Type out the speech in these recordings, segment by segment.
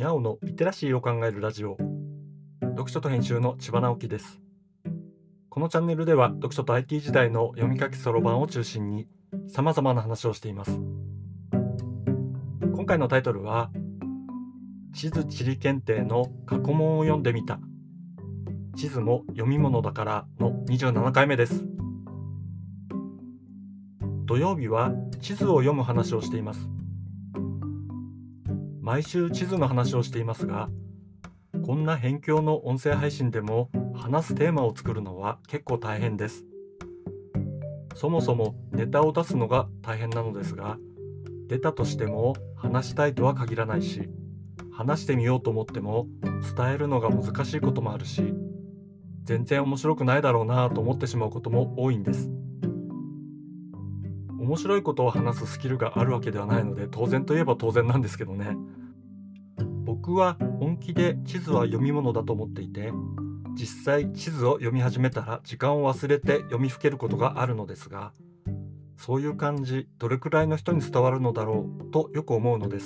にゃおのリテラシーを考えるラジオ、読書と編集の千葉直樹です。このチャンネルでは読書と IT 時代の読み書きそろばんを中心に様々な話をしています。今回のタイトルは地図地理検定の過去問を読んでみた、地図も読み物だからの27回目です。土曜日は地図を読む話をしています。毎週地図の話をしていますが、こんな辺境の音声配信でも話すテーマを作るのは結構大変です。そもそもネタを出すのが大変なのですが、出たとしても話したいとは限らないし、話してみようと思っても伝えるのが難しいこともあるし、全然面白くないだろうなと思ってしまうことも多いんです。面白いことを話すスキルがあるわけではないので、当然といえば当然なんですけどね。僕は本気で地図は読み物だと思っていて、実際地図を読み始めたら時間を忘れて読みふけることがあるのですが、そういう感じどれくらいの人に伝わるのだろうとよく思うのです。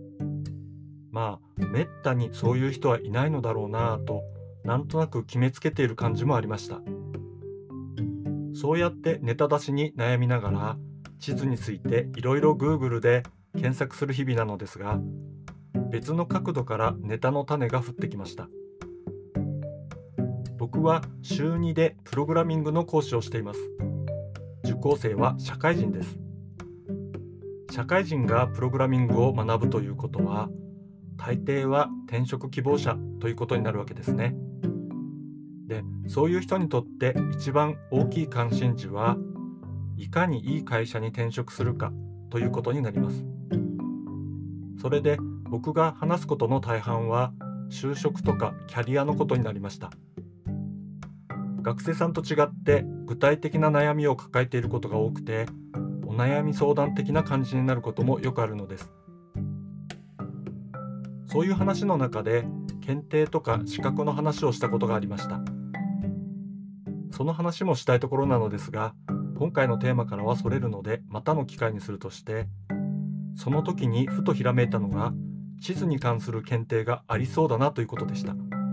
めったにそういう人はいないのだろうなぁと、なんとなく決めつけている感じもありました。そうやってネタ出しに悩みながら地図についていろいろ Google で検索する日々なのですが、別の角度からネタの種が降ってきました。僕は週2でプログラミングの講師をしています。受講生は社会人です。社会人がプログラミングを学ぶということは、大抵は転職希望者ということになるわけですね。で、そういう人にとって一番大きい関心事は、いかにいい会社に転職するかということになります。それで僕が話すことの大半は就職とかキャリアのことになりました。学生さんと違って具体的な悩みを抱えていることが多くて、お悩み相談的な感じになることもよくあるのです。そういう話の中で検定とか資格の話をしたことがありました。その話もしたいところなのですが、今回のテーマからはそれるのでまたの機会にするとして、その時にふとひらめいたのが、地図に関する検定がありそうだなということでした。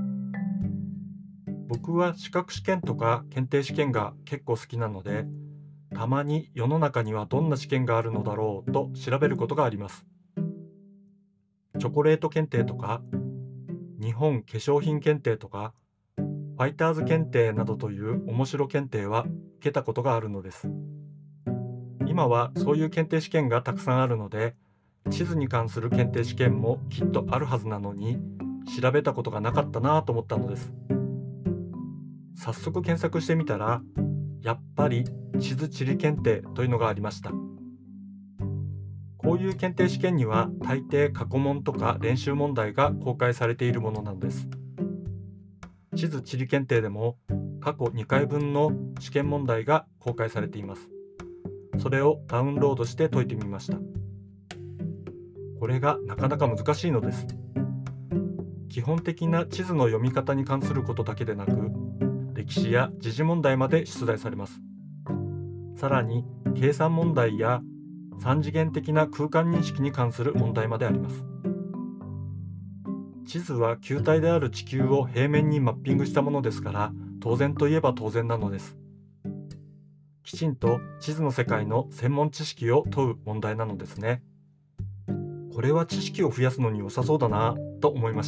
僕は資格試験とか検定試験が結構好きなので、たまに世の中にはどんな試験があるのだろうと調べることがあります。チョコレート検定とか、日本化粧品検定とか、ファイターズ検定などという面白検定は受けたことがあるのです。今はそういう検定試験がたくさんあるので、地図に関する検定試験もきっとあるはずなのに、調べたことがなかったなぁと思ったのです。早速検索してみたら、やっぱり地図地理検定というのがありました。こういう検定試験には大抵過去問とか練習問題が公開されているものなのです。地図地理検定でも過去2回分の試験問題が公開されています。それをダウンロードして解いてみました。これがなかなか難しいのです。基本的な地図の読み方に関することだけでなく、歴史や時事問題まで出題されます。さらに計算問題や三次元的な空間認識に関する問題まであります。地図は球体である地球を平面にマッピングしたものですから、当然といえば当然なのです。きちんと地図の世界の専門知識を問う問題なのですね。これは知識を増やすのに良さそうだなと思いました。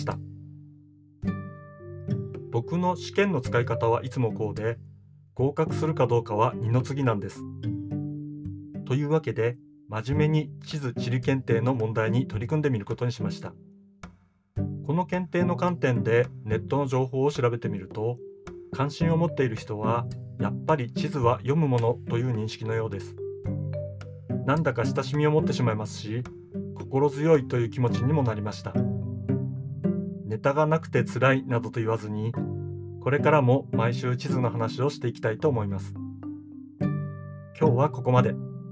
僕の試験の使い方はいつもこうで、合格するかどうかは二の次なんです。というわけで、真面目に地図地理検定の問題に取り組んでみることにしました。この検定の観点でネットの情報を調べてみると、関心を持っている人はやっぱり地図は読むものという認識のようです。なんだか親しみを持ってしまいますし、心強いという気持ちにもなりました。ネタがなくて辛いなどと言わずに、これからも毎週地図の話をしていきたいと思います。今日はここまで。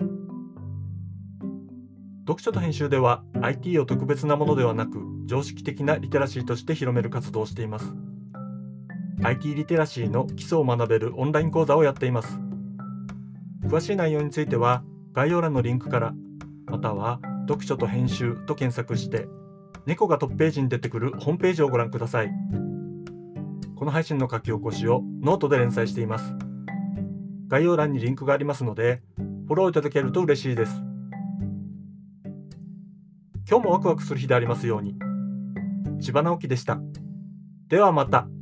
読書と編集では IT を特別なものではなく常識的なリテラシーとして広める活動をしています。IT リテラシーの基礎を学べるオンライン講座をやっています。詳しい内容については概要欄のリンクから、または読書と編集と検索して猫がトップページに出てくるホームページをご覧ください。この配信の書き起こしをノートで連載しています。概要欄にリンクがありますので、フォローいただけると嬉しいです。今日もワクワクする日でありますように。千葉直樹でした。ではまた。